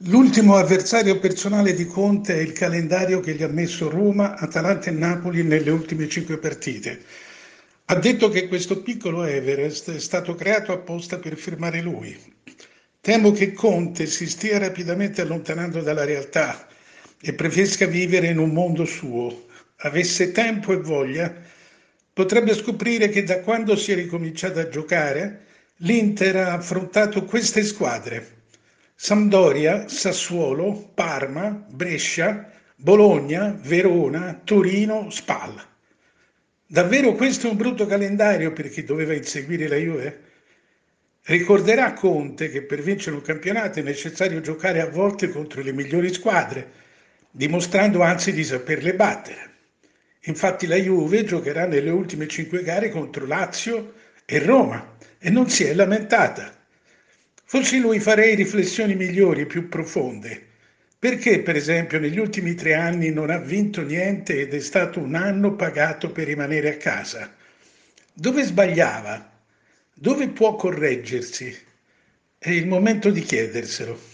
L'ultimo avversario personale di Conte è il calendario che gli ha messo Roma, Atalanta e Napoli nelle ultime 5 partite. Ha detto che questo piccolo Everest è stato creato apposta per firmare lui. Temo che Conte si stia rapidamente allontanando dalla realtà e preferisca vivere in un mondo suo. Avesse tempo e voglia, potrebbe scoprire che da quando si è ricominciato a giocare, l'Inter ha affrontato queste squadre: Sampdoria, Sassuolo, Parma, Brescia, Bologna, Verona, Torino, Spal. Davvero questo è un brutto calendario per chi doveva inseguire la Juve? Ricorderà Conte che per vincere un campionato è necessario giocare a volte contro le migliori squadre, dimostrando anzi di saperle battere. Infatti la Juve giocherà nelle ultime 5 gare contro Lazio e Roma e non si è lamentata. Fossi lui farei riflessioni migliori, più profonde. Perché, per esempio, negli ultimi 3 anni non ha vinto niente ed è stato un anno pagato per rimanere a casa? Dove sbagliava? Dove può correggersi? È il momento di chiederselo.